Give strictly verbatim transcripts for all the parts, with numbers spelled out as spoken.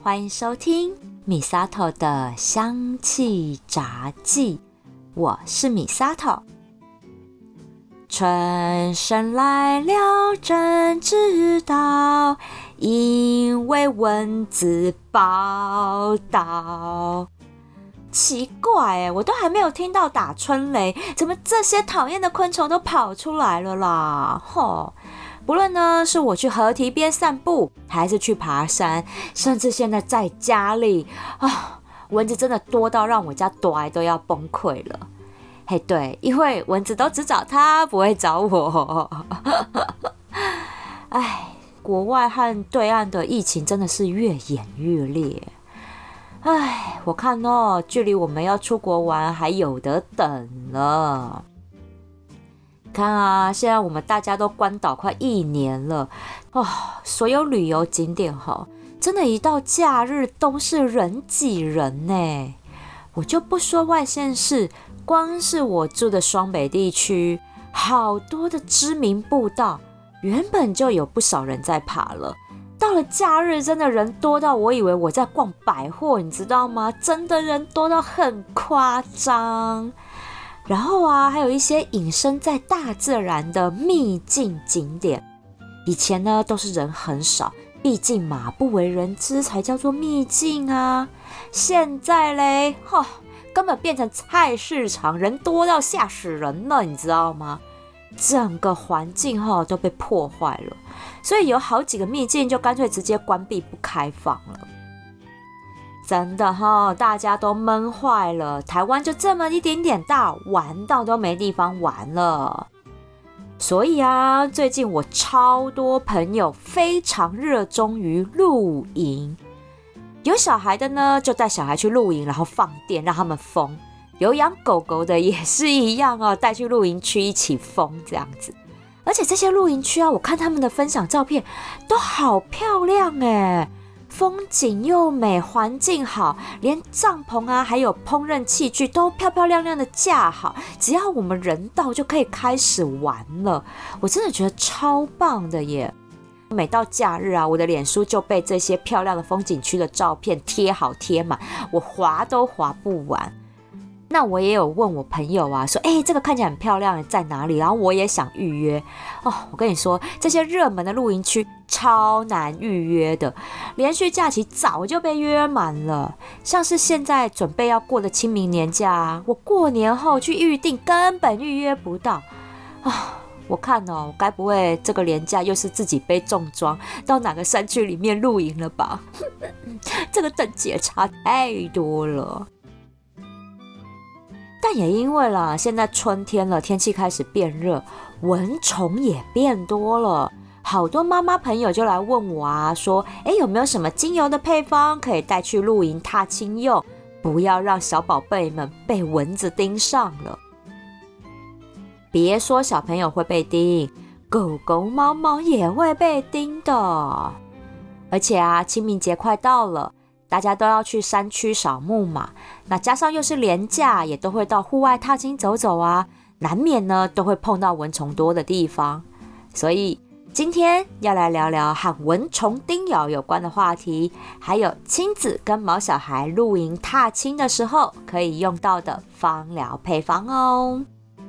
欢迎收听米萨头的香气杂记，我是米萨头。春生来了真知道，因为蚊子报道。奇怪耶，我都还没有听到打春雷，怎么这些讨厌的昆虫都跑出来了啦？吼！不论呢是我去河堤边散步，还是去爬山，甚至现在在家里啊，蚊子真的多到让我家朵爱都要崩溃了。嘿，对，因为蚊子都只找他，不会找我。哎，国外和对岸的疫情真的是越演越烈。哎，我看哦，距离我们要出国玩还有得等了。看啊，现在我们大家都关岛快一年了哦，所有旅游景点哈，真的，一到假日都是人挤人呢。我就不说外县市，光是我住的双北地区，好多的知名步道，原本就有不少人在爬了。到了假日，真的人多到我以为我在逛百货，你知道吗？真的人多到很夸张。然后啊，还有一些隐身在大自然的秘境景点，以前呢都是人很少，毕竟嘛不为人知才叫做秘境啊。现在嘞，吼，根本变成菜市场，人多到吓死人了，你知道吗？整个环境吼都被破坏了，所以有好几个秘境就干脆直接关闭不开放了。真的哈，大家都闷坏了。台湾就这么一点点大，玩到都没地方玩了。所以啊，最近我超多朋友非常热衷于露营。有小孩的呢，就带小孩去露营，然后放电让他们疯。有养狗狗的也是一样哦，带去露营区一起疯这样子。而且这些露营区啊，我看他们的分享照片都好漂亮耶。风景又美，环境好，连帐篷啊还有烹饪器具都漂漂亮亮的架好，只要我们人到就可以开始玩了。我真的觉得超棒的耶。每到假日啊，我的脸书就被这些漂亮的风景区的照片贴好贴满，我滑都滑不完。那我也有问我朋友啊，说哎、欸，这个看起来很漂亮，在哪里？然后我也想预约哦。我跟你说，这些热门的露营区超难预约的，连续假期早就被约满了。像是现在准备要过的清明年假啊，我过年后去预定根本预约不到啊。我看哦，该不会这个连假又是自己背重装到哪个山区里面露营了吧？这个等级差太多了。但也因为啦，现在春天了，天气开始变热，蚊虫也变多了。好多妈妈朋友就来问我啊，说哎，有没有什么精油的配方可以带去露营踏青用，不要让小宝贝们被蚊子叮上了。别说小朋友会被叮，狗狗猫猫也会被叮的。而且啊，清明节快到了，大家都要去山区扫墓嘛，那加上又是连假，也都会到户外踏青走走啊，难免呢都会碰到蚊虫多的地方。所以今天要来聊聊和蚊虫叮咬有关的话题，还有亲子跟毛小孩露营踏青的时候可以用到的芳疗配方哦。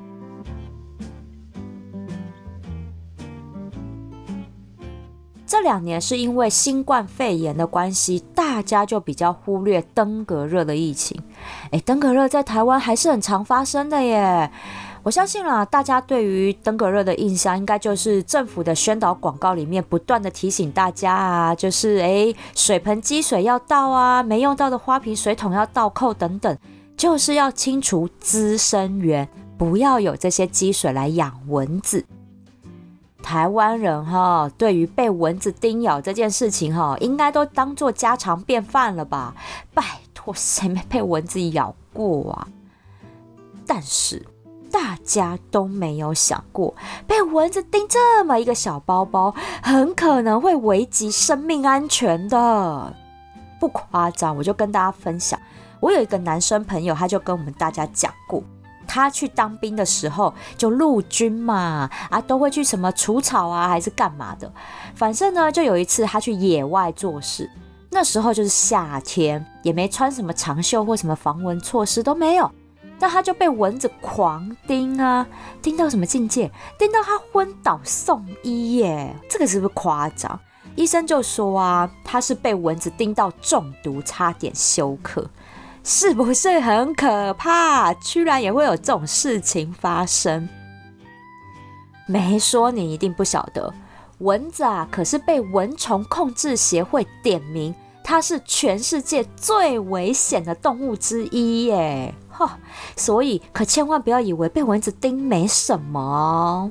这两年是因为新冠肺炎的关系，大家就比较忽略登革热的疫情。诶，登革热在台湾还是很常发生的耶。我相信啦，大家对于登革热的印象应该就是政府的宣导广告里面不断的提醒大家啊，就是诶，水盆积水要倒啊，没用到的花瓶水桶要倒扣等等，就是要清除滋生源，不要有这些积水来养蚊子。台湾人哈，对于被蚊子叮咬这件事情哈，应该都当作家常便饭了吧？拜托，谁没被蚊子咬过啊？但是大家都没有想过，被蚊子叮这么一个小包包，很可能会危及生命安全的。不夸张，我就跟大家分享，我有一个男生朋友，他就跟我们大家讲过。他去当兵的时候，就陆军嘛，啊，都会去什么除草啊，还是干嘛的。反正呢，就有一次他去野外做事， 那时候就是夏天，也没穿什么长袖或什么防蚊措施都没有，但他就被蚊子狂叮啊，叮到什么境界？叮到他昏倒送医耶！这个是不是夸张？医生就说啊，他是被蚊子叮到中毒，差点休克，是不是很可怕？居然也会有这种事情发生。没说你一定不晓得，蚊子啊可是被蚊虫控制协会点名，它是全世界最危险的动物之一耶。所以可千万不要以为被蚊子叮没什么。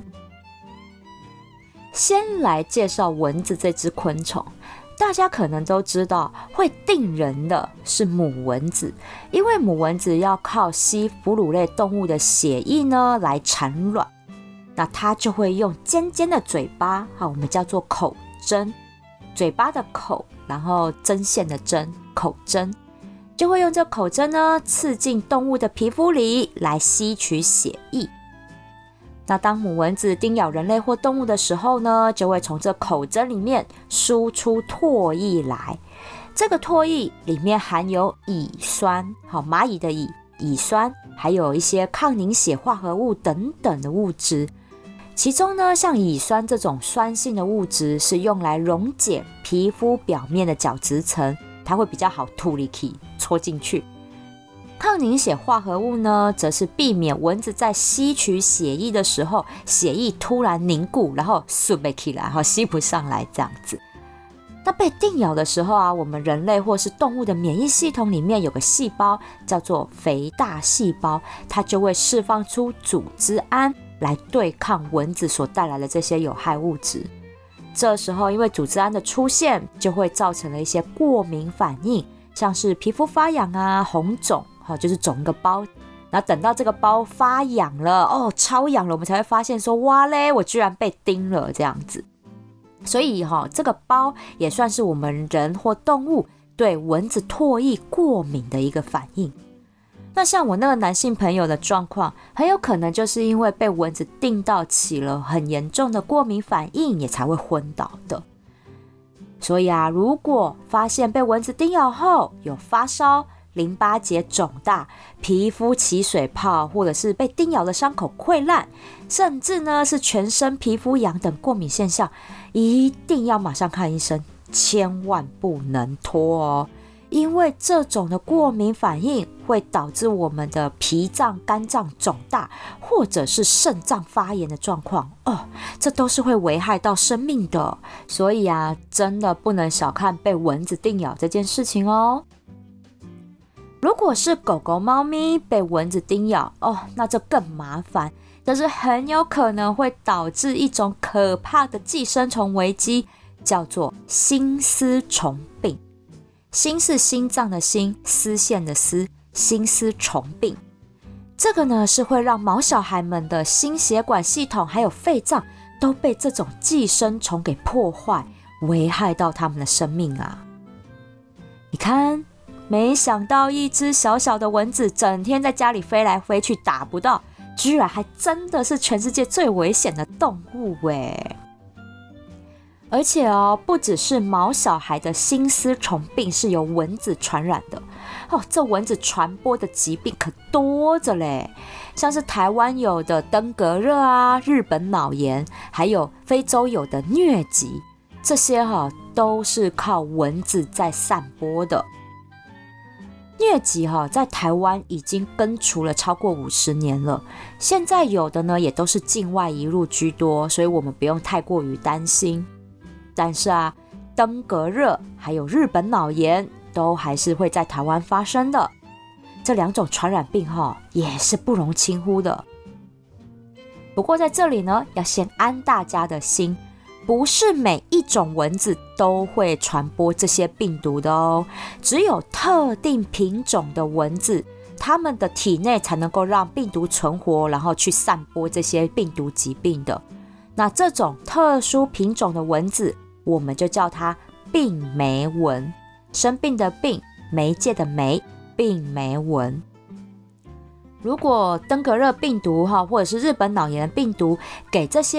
先来介绍蚊子这只昆虫，大家可能都知道，会叮人的是母蚊子，因为母蚊子要靠吸哺乳类动物的血液呢来产卵，那它就会用尖尖的嘴巴，我们叫做口针，嘴巴的口，然后针线的针，口针，就会用这口针呢刺进动物的皮肤里来吸取血液。那当母蚊子叮咬人类或动物的时候呢，就会从这口针里面输出唾液来。这个唾液里面含有乙酸，好，蚂蚁的蚁，乙酸，还有一些抗凝血化合物等等的物质。其中呢，像乙酸这种酸性的物质是用来溶解皮肤表面的角质层，它会比较好吐力气戳进去。抗凝血化合物呢，则是避免蚊子在吸取血液的时候，血液突然凝固，然后顺不起来，然后吸不上来这样子。那被叮咬的时候啊，我们人类或是动物的免疫系统里面有个细胞叫做肥大细胞，它就会释放出组织胺来对抗蚊子所带来的这些有害物质。这时候因为组织胺的出现，就会造成了一些过敏反应，像是皮肤发痒啊、红肿，就是肿个包，然后等到这个包发痒了，哦，超痒了，我们才会发现说，哇嘞，我居然被叮了这样子。所以哈，这个包也算是我们人或动物对蚊子唾液过敏的一个反应。那像我那个男性朋友的状况，很有可能就是因为被蚊子叮到起了很严重的过敏反应，也才会昏倒的。所以啊，如果发现被蚊子叮咬后有发烧、淋巴结肿大、皮肤起水泡，或者是被叮咬的伤口溃烂，甚至呢是全身皮肤痒等过敏现象，一定要马上看医生，千万不能拖哦。因为这种的过敏反应会导致我们的脾脏、肝脏肿大，或者是肾脏发炎的状况哦，这都是会危害到生命的。所以啊，真的不能小看被蚊子叮咬这件事情哦。如果是狗狗、猫咪被蚊子叮咬哦，那就更麻烦，这是很有可能会导致一种可怕的寄生虫危机，叫做心丝虫病。心是心脏的心，丝线的丝，心丝虫病。这个呢是会让毛小孩们的心血管系统还有肺脏都被这种寄生虫给破坏，危害到他们的生命啊。你看，没想到一只小小的蚊子整天在家里飞来飞去打不到，居然还真的是全世界最危险的动物耶。而且哦，不只是毛小孩的心丝虫病是由蚊子传染的哦，这蚊子传播的疾病可多着嘞，像是台湾有的登革热啊、日本脑炎，还有非洲有的疟疾，这些哈、哦、都是靠蚊子在散播的。疟疾哈、哦、在台湾已经根除了超过五十年了，现在有的呢也都是境外移入居多，所以我们不用太过于担心。但是啊，登革热还有日本脑炎都还是会在台湾发生的，这两种传染病哈、哦、也是不容轻忽的。不过在这里呢，要先安大家的心，不是每一种蚊子都会传播这些病毒的哦，只有特定品种的蚊子，它们的体内才能够让病毒存活，然后去散播这些病毒疾病的。那这种特殊品种的蚊子，我们就叫它病媒蚊，生病的病，媒介的媒，病媒蚊。如果登革热病毒或者是日本脑炎病毒给这些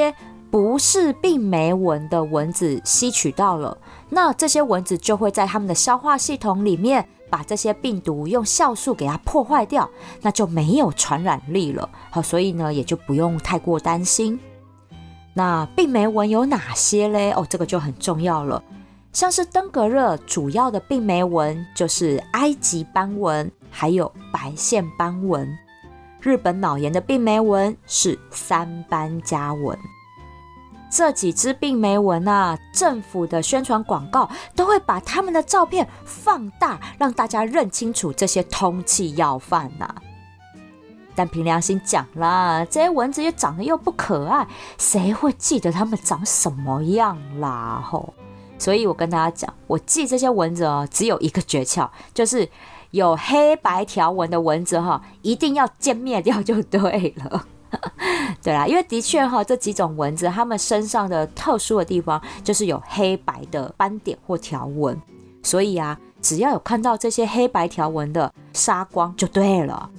不是病媒蚊的蚊子吸取到了，那这些蚊子就会在他们的消化系统里面把这些病毒用酵素给它破坏掉，那就没有传染力了。好，所以呢也就不用太过担心。那病媒蚊有哪些嘞？哦，这个就很重要了。像是登革热主要的病媒蚊就是埃及斑蚊，还有白线斑蚊。日本脑炎的病媒蚊是三斑家蚊。这几只病媒蚊啊，政府的宣传广告都会把他们的照片放大，让大家认清楚这些通气要犯啊。但凭良心讲啦，这些蚊子也长得又不可爱，谁会记得它们长什么样啦？吼！所以我跟大家讲，我记这些蚊子哦，只有一个诀窍，就是有黑白条纹的蚊子哈，一定要歼灭掉就对了。对啦，因为的确哈，这几种蚊子它们身上的特殊的地方就是有黑白的斑点或条纹，所以啊，只要有看到这些黑白条纹的，杀光就对了。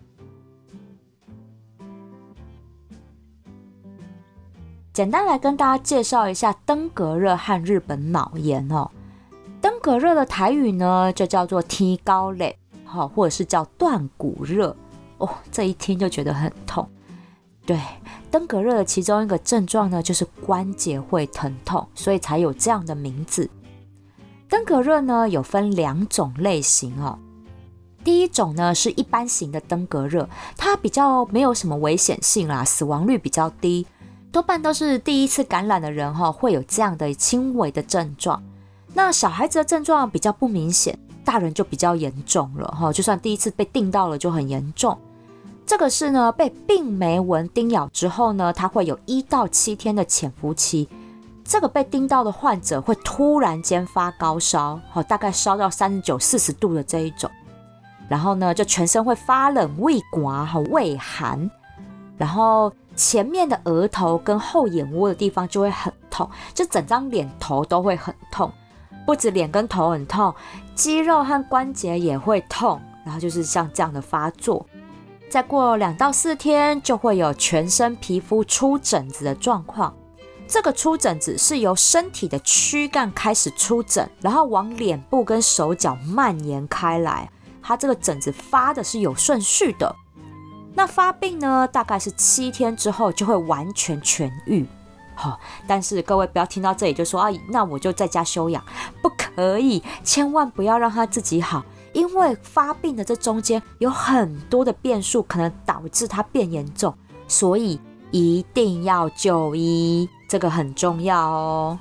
简单来跟大家介绍一下登革热和日本脑炎哦。登革热的台语呢，就叫做天高热，或者是叫断骨热哦，这一听就觉得很痛。对，登革热的其中一个症状呢，就是关节会疼痛，所以才有这样的名字。登革热呢，有分两种类型哦。第一种呢，是一般型的登革热，它比较没有什么危险性啦，死亡率比较低，多半都是第一次感染的人哈，会有这样的轻微的症状。那小孩子的症状比较不明显，大人就比较严重了哈，就算第一次被叮到了就很严重。这个是呢，被病媒蚊叮咬之后呢，它会有一到七天的潜伏期。这个被叮到的患者会突然间发高烧，大概烧到三十九、四十度的这一种。然后呢，就全身会发冷、胃寒、胃寒，然后前面的额头跟后眼窝的地方就会很痛，就整张脸头都会很痛。不止脸跟头很痛，肌肉和关节也会痛，然后就是像这样的发作。再过两到四天就会有全身皮肤出疹子的状况。这个出疹子是由身体的躯干开始出疹，然后往脸部跟手脚蔓延开来。它这个疹子发的是有顺序的。那发病呢，大概是七天之后就会完全痊愈。哦、但是各位不要听到这里就说啊，那我就在家休养，不可以，千万不要让它自己好。因为发病的这中间有很多的变数，可能导致它变严重，所以一定要就医，这个很重要哦。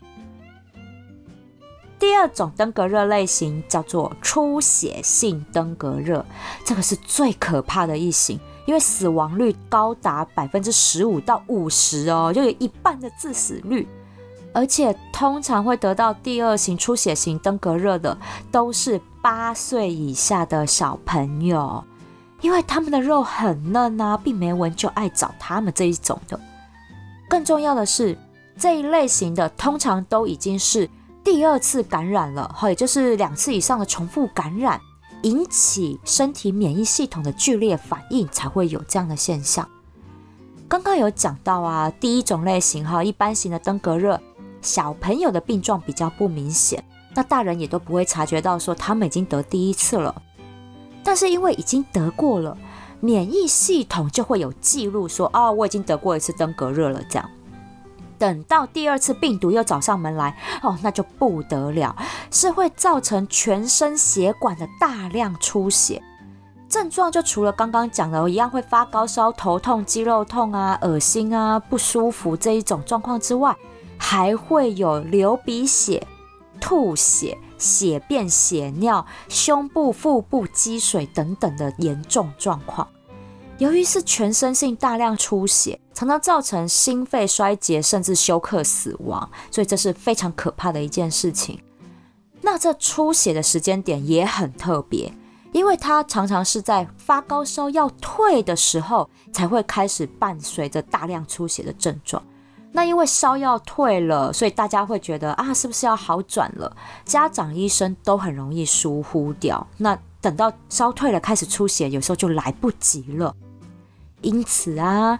第二种登革热类型叫做出血性登革热，这个是最可怕的一型，因为死亡率高达 百分之十五到五十 哦，就有一半的致死率。而且通常会得到第二型出血型登革热的都是八岁以下的小朋友，因为他们的肉很嫩啊，病媒蚊就爱找他们这一种的。更重要的是，这一类型的通常都已经是第二次感染了，也就是两次以上的重复感染，引起身体免疫系统的剧烈反应，才会有这样的现象。刚刚有讲到啊，第一种类型一般型的登革热，小朋友的病状比较不明显，那大人也都不会察觉到说他们已经得第一次了。但是因为已经得过了，免疫系统就会有记录说，哦，我已经得过一次登革热了，这样。等到第二次病毒又找上门来，哦，那就不得了，是会造成全身血管的大量出血。症状就除了刚刚讲的一样会发高烧、头痛、肌肉痛啊、恶心啊、不舒服这一种状况之外，还会有流鼻血、吐血、血便、血尿、胸部、腹部积水等等的严重状况。由于是全身性大量出血，常常造成心肺衰竭甚至休克死亡，所以这是非常可怕的一件事情。那这出血的时间点也很特别，因为它常常是在发高烧要退的时候才会开始伴随着大量出血的症状。那因为烧要退了，所以大家会觉得啊，是不是要好转了？家长医生都很容易疏忽掉，那等到烧退了开始出血，有时候就来不及了。因此啊，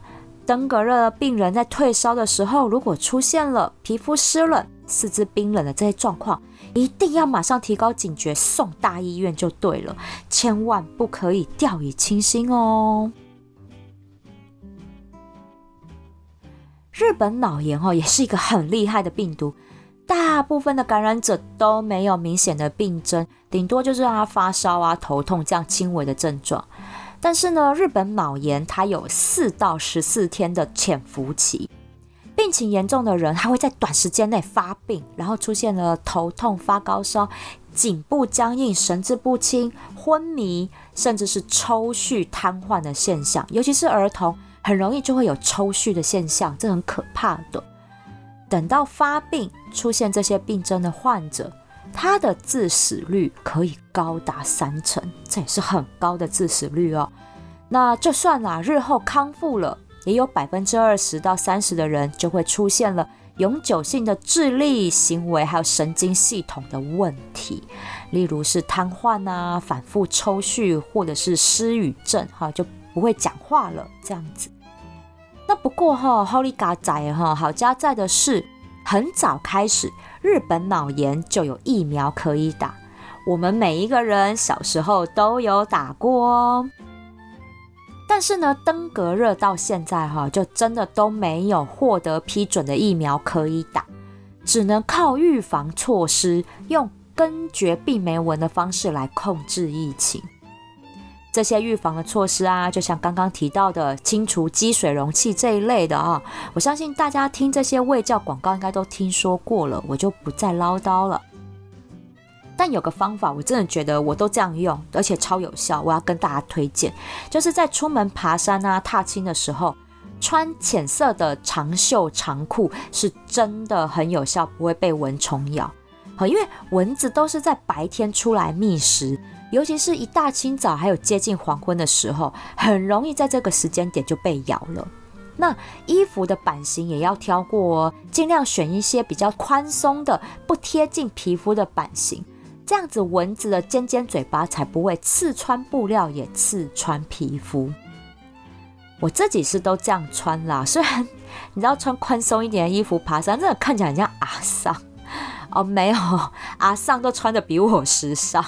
登革热病人在退烧的时候，如果出现了皮肤湿冷、四肢冰冷的这些状况，一定要马上提高警觉，送大医院就对了，千万不可以掉以轻心哦。日本脑炎哦，也是一个很厉害的病毒，大部分的感染者都没有明显的病症，顶多就是让他发烧啊、头痛这样轻微的症状。但是呢，日本脑炎它有四到十四天的潜伏期，病情严重的人还会在短时间内发病，然后出现了头痛、发高烧、颈部僵硬、神志不清、昏迷，甚至是抽搐、瘫痪的现象。尤其是儿童，很容易就会有抽搐的现象，这很可怕的。等到发病出现这些病症的患者，他的致死率可以高达三成，这也是很高的致死率哦。那就算啦，日后康复了，也有百分之二十到三十的人就会出现了永久性的智力、行为还有神经系统的问题，例如是瘫痪啊、反复抽搐，或者是失语症，哈，就不会讲话了这样子。那不过哈，好利嘎仔哈，好家在的是，很早开始，日本脑炎就有疫苗可以打，我们每一个人小时候都有打过哦。但是呢，登革热到现在哈，就真的都没有获得批准的疫苗可以打，只能靠预防措施，用根绝病媒蚊的方式来控制疫情。这些预防的措施啊，就像刚刚提到的清除积水容器这一类的啊，我相信大家听这些卫教广告应该都听说过了，我就不再唠叨了。但有个方法我真的觉得我都这样用，而且超有效，我要跟大家推荐，就是在出门爬山啊、踏青的时候，穿浅色的长袖长裤是真的很有效，不会被蚊虫咬。因为蚊子都是在白天出来觅食，尤其是一大清早还有接近黄昏的时候，很容易在这个时间点就被咬了。那衣服的版型也要挑过哦，尽量选一些比较宽松的、不贴近皮肤的版型，这样子蚊子的尖尖嘴巴才不会刺穿布料也刺穿皮肤。我自己是都这样穿啦，虽然你知道穿宽松一点的衣服爬山真的看起来很像阿桑哦，没有，阿桑都穿得比我时尚。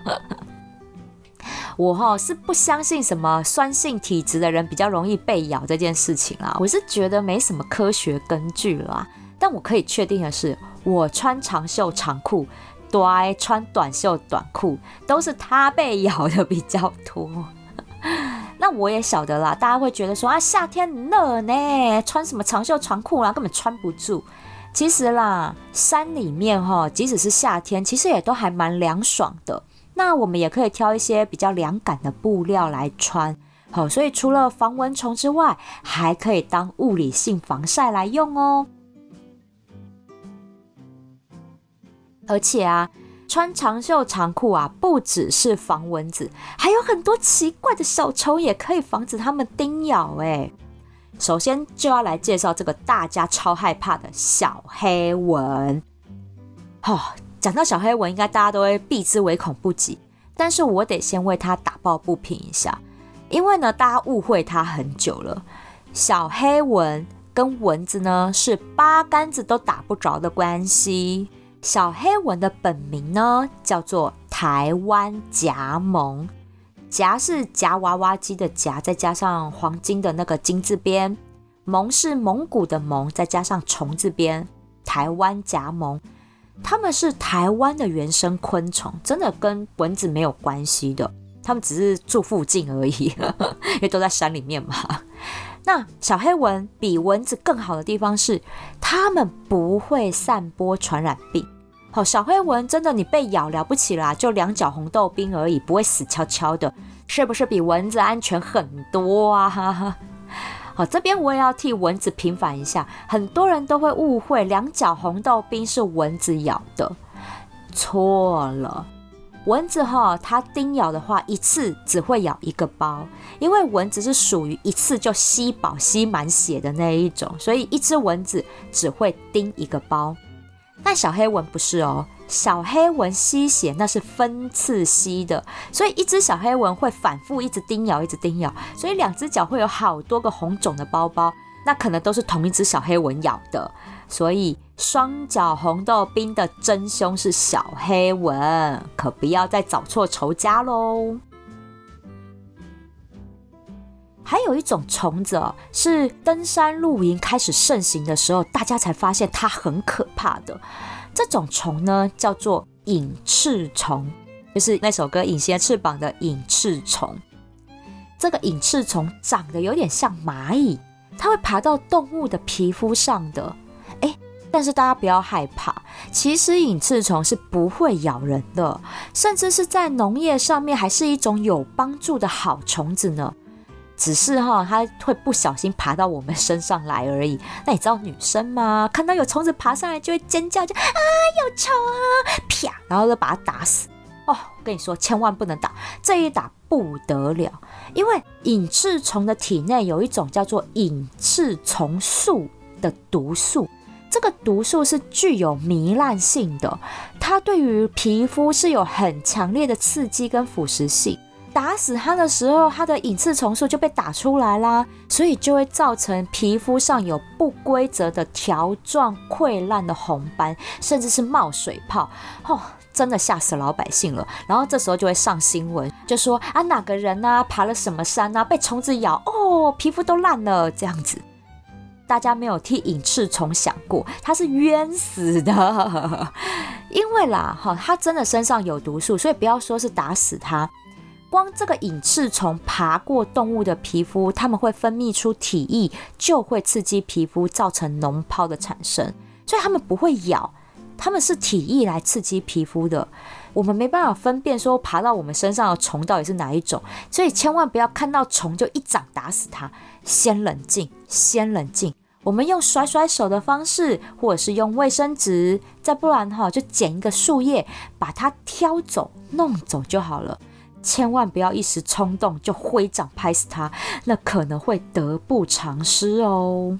我齁是不相信什么酸性体质的人比较容易被咬这件事情啦，我是觉得没什么科学根据啦。但我可以确定的是，我穿长袖长裤，对，穿短袖短裤，都是他被咬的比较多。那我也晓得啦，大家会觉得说啊，夏天很热呢，穿什么长袖长裤啦，根本穿不住。其实啦，山里面齁，即使是夏天，其实也都还蛮凉爽的。那我们也可以挑一些比较凉感的布料来穿，好，所以除了防蚊虫之外，还可以当物理性防晒来用哦。而且啊，穿长袖长裤啊，不只是防蚊子，还有很多奇怪的小虫也可以防止它们叮咬哎。首先就要来介绍这个大家超害怕的小黑蚊。哦，讲到小黑蚊，应该大家都会避之唯恐不及，但是我得先为它打抱不平一下，因为呢，大家误会它很久了。小黑蚊跟蚊子呢是八竿子都打不着的关系。小黑蚊的本名呢叫做台湾夹萌，夹是夹娃娃机的夹，再加上黄金的那个金字边，蒙是蒙古的蒙，再加上虫字边，台湾夹萌。它们是台湾的原生昆虫，真的跟蚊子没有关系的，它们只是住附近而已，因为都在山里面嘛。那小黑蚊比蚊子更好的地方是，它们不会散播传染病。好，小黑蚊真的你被咬了不起啦，就两脚红豆冰而已，不会死悄悄的，是不是比蚊子安全很多啊？好，这边我也要替蚊子平反一下，很多人都会误会两脚红豆冰是蚊子咬的，错了。蚊子哈，它叮咬的话，一次只会咬一个包，因为蚊子是属于一次就吸饱吸满血的那一种，所以一只蚊子只会叮一个包。但小黑蚊不是哦，小黑蚊吸血那是分次吸的，所以一只小黑蚊会反复一直叮咬一直叮咬，所以两只脚会有好多个红肿的包包， 那可能都是同一只小黑蚊咬的，所以双脚红豆冰的真凶是小黑蚊，可不要再找错仇家咯。还有一种虫子哦，是登山露营开始盛行的时候，大家才发现它很可怕的。这种虫呢，叫做隐翅虫，就是那首歌《隐形的翅膀》的隐翅虫。这个隐翅虫长得有点像蚂蚁，它会爬到动物的皮肤上的。诶，但是大家不要害怕，其实隐翅虫是不会咬人的，甚至是在农业上面还是一种有帮助的好虫子呢。只是哈，它会不小心爬到我们身上来而已。那你知道女生吗？看到有虫子爬上来就会尖叫，就啊有虫啊，啪，然后就把它打死。哦，我跟你说，千万不能打，这一打不得了，因为隐翅虫的体内有一种叫做隐翅虫素的毒素。这个毒素是具有糜烂性的，它对于皮肤是有很强烈的刺激跟腐蚀性。打死它的时候，它的隐翅虫素就被打出来啦，所以就会造成皮肤上有不规则的条状溃烂的红斑，甚至是冒水泡。哦，真的吓死老百姓了。然后这时候就会上新闻，就说啊哪个人啊爬了什么山啊，被虫子咬，哦皮肤都烂了这样子。大家没有替隐翅虫想过，它是冤死的。因为啦，它真的身上有毒素，所以不要说是打死它。光这个隐翅虫爬过动物的皮肤，它们会分泌出体液，就会刺激皮肤，造成脓疱的产生。所以它们不会咬，它们是体液来刺激皮肤的。我们没办法分辨说爬到我们身上的虫到底是哪一种，所以千万不要看到虫就一掌打死它，先冷静，先冷静。我们用甩甩手的方式，或者是用卫生纸，再不然就剪一个树叶，把它挑走、弄走就好了。千万不要一时冲动就挥掌拍死它，那可能会得不偿失哦。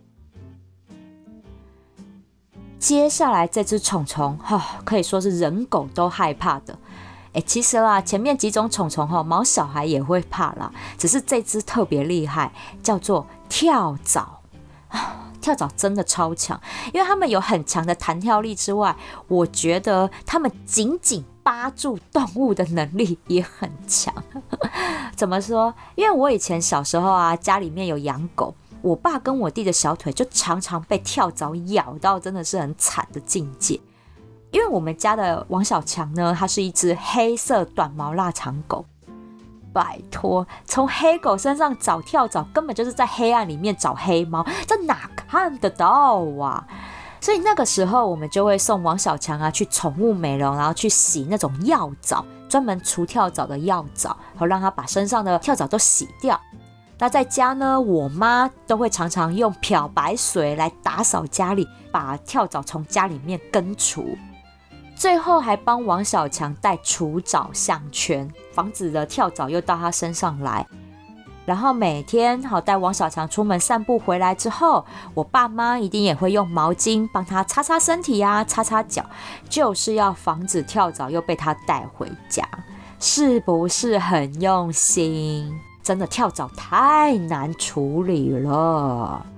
接下来这只虫虫、哦、可以说是人狗都害怕的。诶其实啦，前面几种虫虫、哦、毛小孩也会怕啦，只是这只特别厉害，叫做跳蚤。跳蚤真的超强，因为它们有很强的弹跳力之外，我觉得它们紧紧扒住动物的能力也很强。怎么说？因为我以前小时候啊，家里面有养狗，我爸跟我弟的小腿就常常被跳蚤咬到，真的是很惨的境界。因为我们家的王小强呢，它是一只黑色短毛腊肠狗。拜托，从黑狗身上找跳蚤，根本就是在黑暗里面找黑猫，这哪看得到啊？所以那个时候我们就会送王小强啊去宠物美容，然后去洗那种药澡，专门除跳蚤的药澡，好让他把身上的跳蚤都洗掉。那在家呢，我妈都会常常用漂白水来打扫家里，把跳蚤从家里面根除。最后还帮王小强戴除蚤项圈，防止的跳蚤又到他身上来。然后每天好带王小强出门散步回来之后，我爸妈一定也会用毛巾帮他擦擦身体啊，擦擦脚，就是要防止跳蚤又被他带回家。是不是很用心？真的跳蚤太难处理了。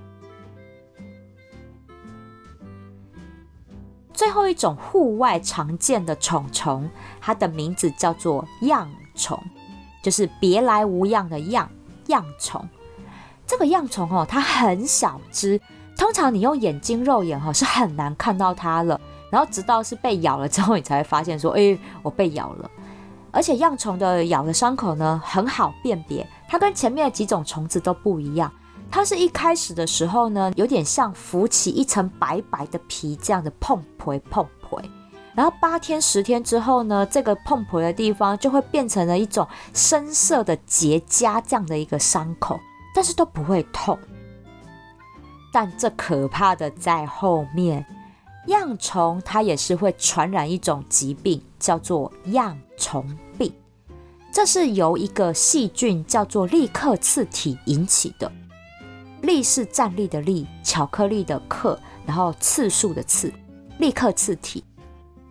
最后一种户外常见的虫虫，它的名字叫做恙虫，就是别来无恙的恙，恙虫。这个恙虫、哦、它很小只，通常你用眼睛肉眼、哦、是很难看到它了，然后直到是被咬了之后，你才会发现说，哎，我被咬了。而且恙虫的咬的伤口呢，很好辨别，它跟前面的几种虫子都不一样。它是一开始的时候呢，有点像浮起一层白白的皮这样的碰皮碰皮，然后八天十天之后呢，这个碰皮的地方就会变成了一种深色的结痂这样的一个伤口，但是都不会痛。但这可怕的在后面，恙虫它也是会传染一种疾病，叫做恙虫病。这是由一个细菌叫做利克次体引起的。利是站立的利，巧克力的克，然后次数的次，利克次体。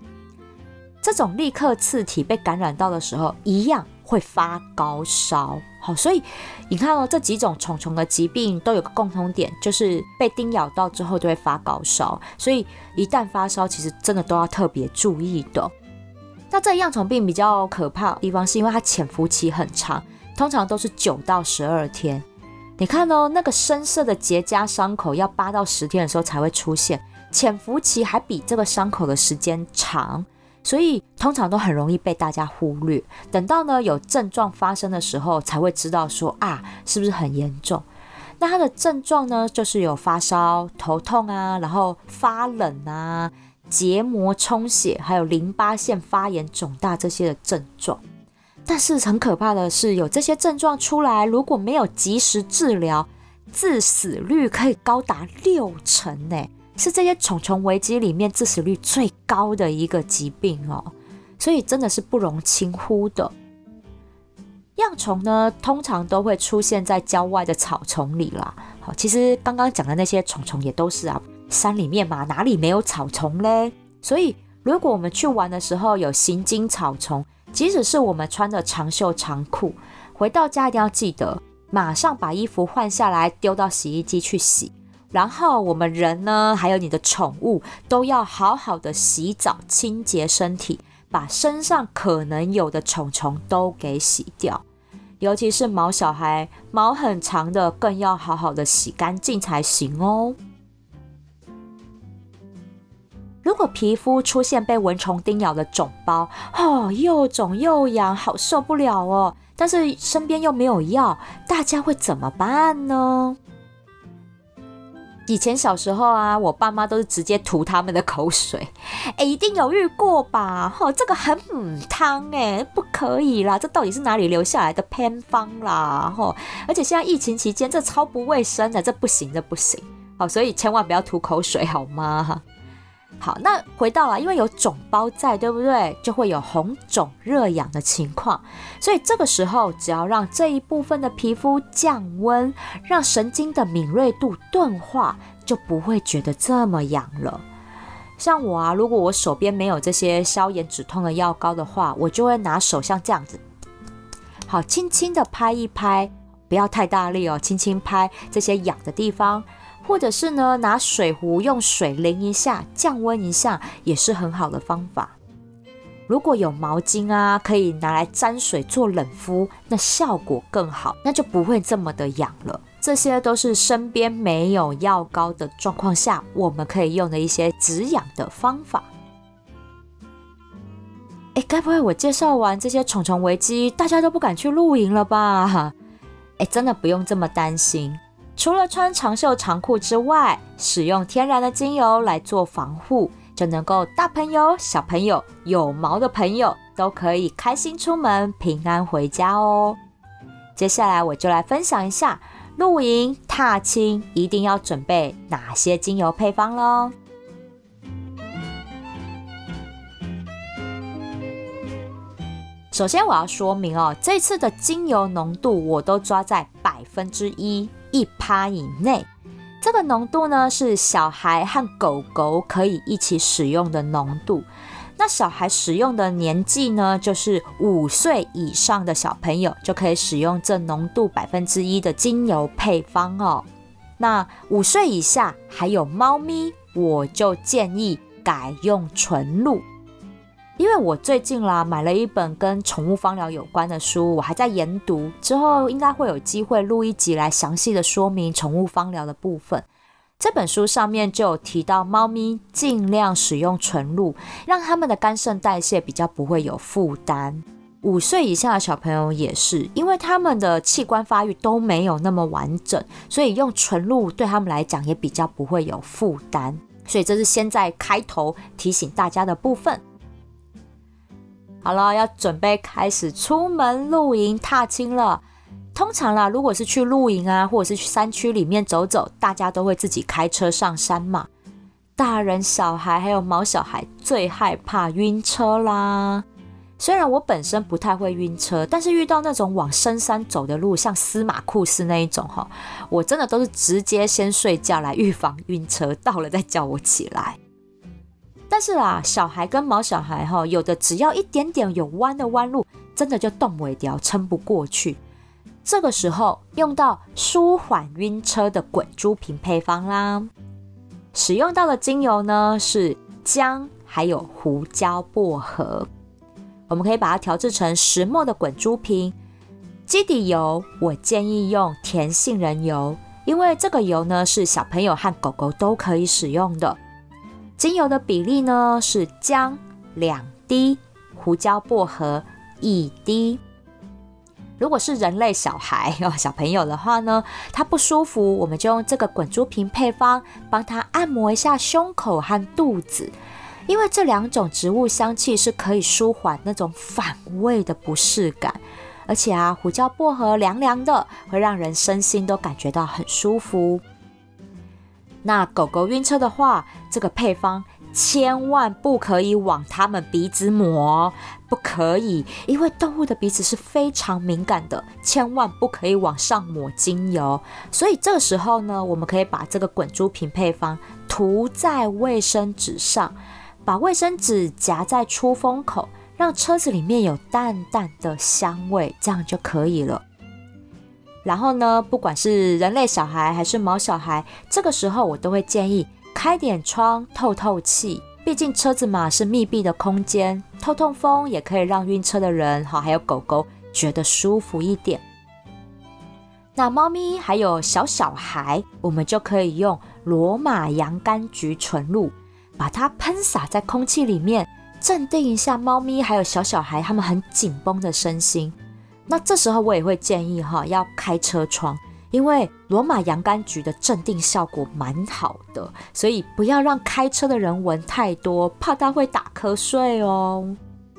这种利克次体被感染到的时候，一样会发高烧， 好，所以你看哦，这几种虫虫的疾病都有个共同点，就是被叮咬到之后就会发高烧，所以一旦发烧，其实真的都要特别注意的。那这样虫病比较可怕的地方，是因为它潜伏期很长，通常都是九到十二天。你看哦，那个深色的结痂伤口要八到十天的时候才会出现，潜伏期还比这个伤口的时间长。所以通常都很容易被大家忽略，等到呢有症状发生的时候才会知道说啊是不是很严重。那它的症状呢就是有发烧、头痛啊，然后发冷啊、结膜充血，还有淋巴腺发炎肿大这些的症状。但是很可怕的是，有这些症状出来，如果没有及时治疗，致死率可以高达六成呢，是这些虫虫危机里面致死率最高的一个疾病哦，所以真的是不容轻忽的。恙虫呢，通常都会出现在郊外的草丛里啦。好，其实刚刚讲的那些虫虫也都是啊，山里面嘛，哪里没有草丛嘞？所以如果我们去玩的时候有行经草丛，即使是我们穿着长袖长裤，回到家一定要记得马上把衣服换下来，丢到洗衣机去洗。然后我们人呢，还有你的宠物，都要好好的洗澡，清洁身体，把身上可能有的虫虫都给洗掉。尤其是毛小孩，毛很长的，更要好好的洗干净才行哦。如果皮肤出现被蚊虫叮咬的肿包，哦，又肿又痒，好受不了哦。但是身边又没有药，大家会怎么办呢？以前小时候啊，我爸妈都是直接涂他们的口水，哎，一定有遇过吧？哦，这个很母汤哎，不可以啦！这到底是哪里留下来的偏方啦？哦，而且现在疫情期间，这超不卫生的，这不行，这不行。好，所以千万不要涂口水，好吗？好，那回到了，因为有肿包在，对不对？就会有红肿热痒的情况，所以这个时候只要让这一部分的皮肤降温，让神经的敏锐度钝化，就不会觉得这么痒了。像我啊，如果我手边没有这些消炎止痛的药膏的话，我就会拿手像这样子，好，轻轻的拍一拍，不要太大力哦，轻轻拍这些痒的地方。或者是呢，拿水壶用水淋一下，降温一下，也是很好的方法。如果有毛巾啊，可以拿来沾水做冷敷，那效果更好，那就不会这么的痒了。这些都是身边没有药膏的状况下，我们可以用的一些止痒的方法。哎，该不会我介绍完这些虫虫危机，大家都不敢去露营了吧？哎，真的不用这么担心。除了穿长袖长裤之外，使用天然的精油来做防护，就能够大朋友、小朋友、有毛的朋友都可以开心出门，平安回家哦。接下来我就来分享一下露营踏青一定要准备哪些精油配方咯。首先我要说明哦，这次的精油浓度我都抓在百分之一。一趴以内，这个浓度呢是小孩和狗狗可以一起使用的浓度。那小孩使用的年纪呢，就是五岁以上的小朋友就可以使用这浓度百分之一的精油配方哦。那五岁以下还有猫咪，我就建议改用纯露。因为我最近啦买了一本跟宠物芳疗有关的书，我还在研读，之后应该会有机会录一集来详细的说明宠物芳疗的部分。这本书上面就有提到猫咪尽量使用纯露，让它们的肝肾代谢比较不会有负担。五岁以下的小朋友也是，因为他们的器官发育都没有那么完整，所以用纯露对他们来讲也比较不会有负担。所以这是先在开头提醒大家的部分。好了，要准备开始出门露营踏青了。通常啦，如果是去露营啊，或者是去山区里面走走，大家都会自己开车上山嘛。大人小孩还有毛小孩最害怕晕车啦。虽然我本身不太会晕车，但是遇到那种往深山走的路，像司马库斯那一种，我真的都是直接先睡觉来预防晕车，到了再叫我起来。但是啦，小孩跟毛小孩有的只要一点点有弯的弯路，真的就动不了，撑不过去。 这个时候用到舒缓晕车的滚珠瓶配方啦。使用到的精油呢是姜还有胡椒薄荷，我们可以把它调制成石墨的滚珠瓶。基底油我建议用甜杏仁油，因为这个油呢是小朋友和狗狗都可以使用的。精油的比例呢是姜两滴，胡椒薄荷一滴。如果是人类小孩、哦、小朋友的话呢，他不舒服，我们就用这个滚珠瓶配方帮他按摩一下胸口和肚子，因为这两种植物香气是可以舒缓那种反胃的不适感，而且啊，胡椒薄荷凉凉的，会让人身心都感觉到很舒服。那狗狗晕车的话，这个配方千万不可以往它们鼻子抹，不可以，因为动物的鼻子是非常敏感的，千万不可以往上抹精油。所以这个时候呢，我们可以把这个滚珠瓶配方涂在卫生纸上，把卫生纸夹在出风口，让车子里面有淡淡的香味，这样就可以了。然后呢，不管是人类小孩还是毛小孩，这个时候我都会建议开点窗透透气，毕竟车子嘛是密闭的空间，透透风也可以让晕车的人还有狗狗觉得舒服一点。那猫咪还有小小孩，我们就可以用罗马洋甘菊纯露，把它喷洒在空气里面，镇定一下猫咪还有小小孩他们很紧绷的身心。那这时候我也会建议哈，要开车窗，因为罗马洋甘菊的镇定效果蛮好的，所以不要让开车的人闻太多，怕他会打瞌睡哦。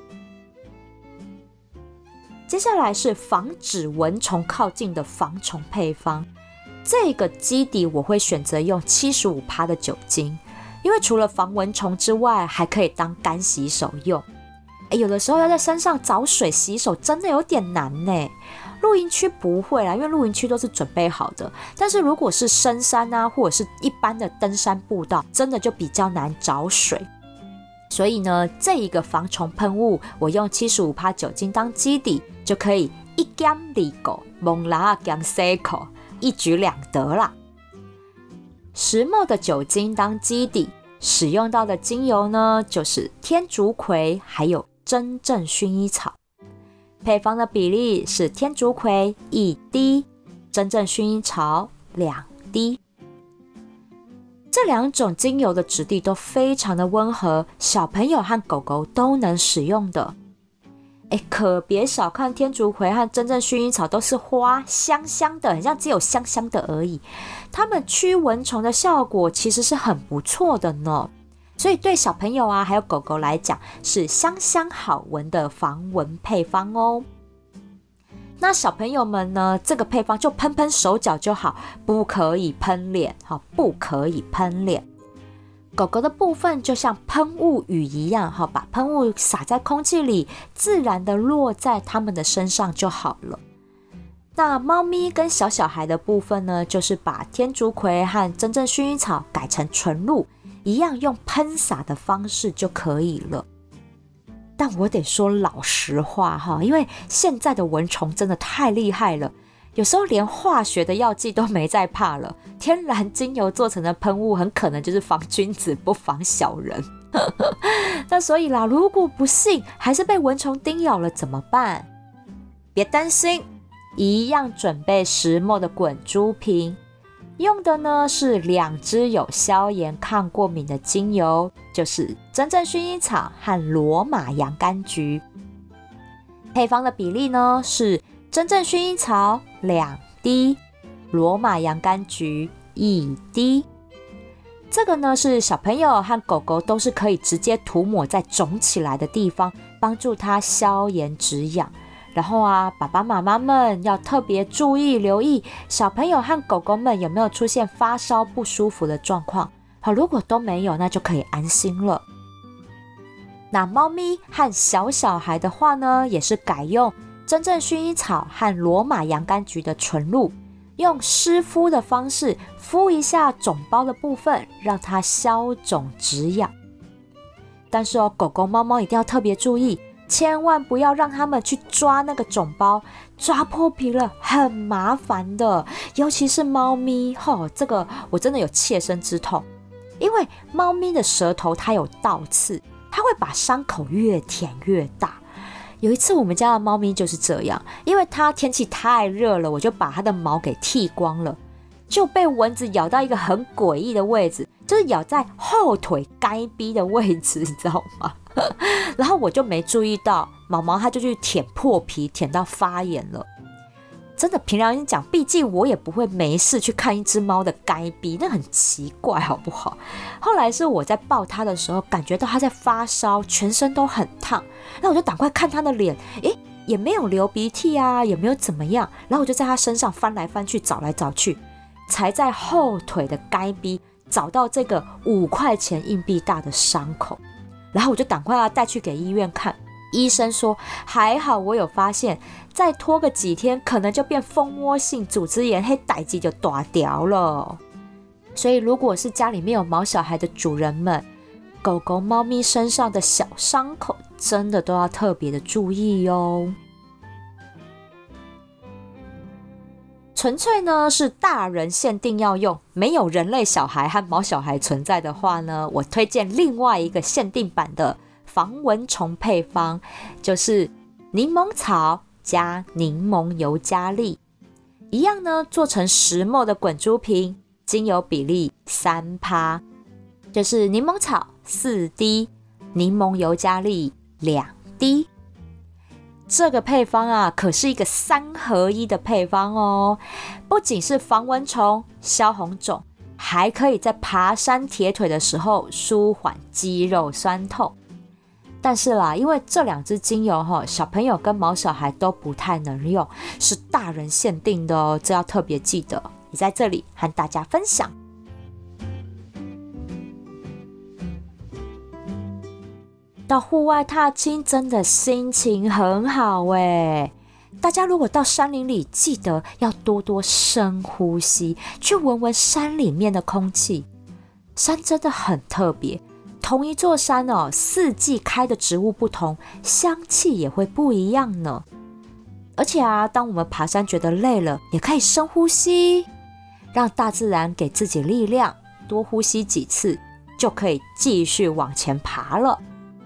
接下来是防止蚊虫靠近的防虫配方，这个基底我会选择用 百分之七十五 的酒精，因为除了防蚊虫之外，还可以当干洗手用。有的时候要在山上找水洗手真的有点难呢。露营区不会啦，因为露营区都是准备好的，但是如果是深山啊，或者是一般的登山步道，真的就比较难找水。所以呢，这一个防虫喷雾我用 百分之七十五 酒精当基底，就可以一兼二顾，蒙拉兼四口，一举两得啦。石墨的酒精当基底，使用到的精油呢就是天竺葵还有真正薰衣草，配方的比例是天竺葵一滴，真正薰衣草两滴。这两种精油的质地都非常的温和，小朋友和狗狗都能使用的。诶，可别小看天竺葵和真正薰衣草，都是花，香香的，很像只有香香的而已。它们驱蚊虫的效果其实是很不错的呢。所以对小朋友啊还有狗狗来讲，是香香好闻的防蚊配方哦。那小朋友们呢，这个配方就喷喷手脚就好，不可以喷脸，不可以喷脸。狗狗的部分就像喷雾雨一样，把喷雾洒在空气里，自然的落在它们的身上就好了。那猫咪跟小小孩的部分呢，就是把天竺葵和真正薰衣草改成纯露，一样用喷洒的方式就可以了。但我得说老实话哈，因为现在的蚊虫真的太厉害了，有时候连化学的药剂都没在怕了，天然精油做成的喷雾很可能就是防君子不防小人。那所以啦，如果不幸还是被蚊虫叮咬了怎么办？别担心，一样准备石墨的滚珠瓶，用的呢是两支有消炎抗过敏的精油，就是真正薰衣草和罗马洋甘菊。配方的比例呢是真正薰衣草两滴，罗马洋甘菊一滴。这个呢是小朋友和狗狗都是可以直接涂抹在肿起来的地方，帮助它消炎止痒。然后啊，爸爸妈妈们要特别注意留意小朋友和狗狗们有没有出现发烧不舒服的状况。好，如果都没有，那就可以安心了。那猫咪和小小孩的话呢，也是改用真正薰衣草和罗马洋甘菊的纯露，用湿敷的方式敷一下肿包的部分，让它消肿止痒。但是哦，狗狗猫猫一定要特别注意， 千万不要让他们去抓那个肿包，抓破皮了很麻烦的，尤其是猫咪、哦、这个我真的有切身之痛，因为猫咪的舌头它有倒刺，它会把伤口越舔越大。有一次我们家的猫咪就是这样，因为它天气太热了，我就把它的毛给剃光了，就被蚊子咬到一个很诡异的位置，就是咬在后腿该逼的位置，你知道吗？然后我就没注意到，毛毛它就去舔破皮，舔到发炎了。真的凭良心讲，毕竟我也不会没事去看一只猫的该逼，那很奇怪好不好？后来是我在抱它的时候，感觉到它在发烧，全身都很烫，那我就赶快看它的脸，诶，也没有流鼻涕啊，也没有怎么样，然后我就在它身上翻来翻去，找来找去，才在后腿的该逼找到这个五块钱硬币大的伤口，然后我就赶快要带去给医院看。医生说还好我有发现，再拖个几天可能就变蜂窝性组织炎，嘿，代志就大条了。所以如果是家里面有毛小孩的主人们，狗狗猫咪身上的小伤口真的都要特别的注意哟。纯粹呢是大人限定要用，没有人类小孩和毛小孩存在的话呢，我推荐另外一个限定版的防蚊虫配方，就是柠檬草加柠檬尤加利，一样呢做成十 毫升 的滚珠瓶，精油比例 百分之三， 就是柠檬草四滴，柠檬尤加利两滴。这个配方啊，可是一个三合一的配方哦，不仅是防蚊虫、消红肿，还可以在爬山铁腿的时候舒缓肌肉酸痛。但是啦，因为这两支精油齁，小朋友跟毛小孩都不太能用，是大人限定的哦，这要特别记得。也在这里和大家分享。到户外踏青真的心情很好耶，大家如果到山林里，记得要多多深呼吸，去闻闻山里面的空气。山真的很特别，同一座山哦，四季开的植物不同，香气也会不一样呢。而且啊，当我们爬山觉得累了，也可以深呼吸，让大自然给自己力量，多呼吸几次，就可以继续往前爬了。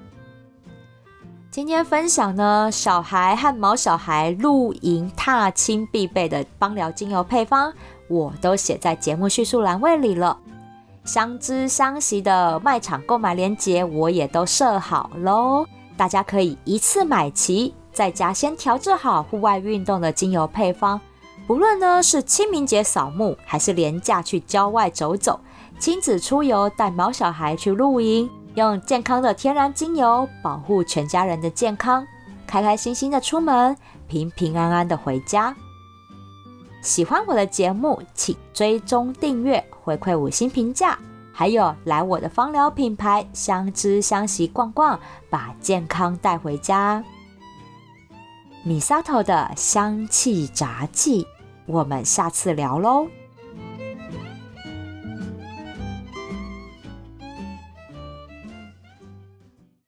今天分享呢，小孩和毛小孩露营踏青必备的芳疗精油配方，我都写在节目叙述栏位里了。相知相惜的卖场购买链接我也都设好咯，大家可以一次买齐，在家先调制好户外运动的精油配方。不论呢是清明节扫墓，还是连假去郊外走走，亲子出游带毛小孩去露营，用健康的天然精油保护全家人的健康，开开心心的出门，平平安安的回家。喜欢我的节目，请追踪订阅，回馈五星评价，还有来我的芳疗品牌相知相惜逛逛，把健康带回家。Misato的香气杂技，我们下次聊咯。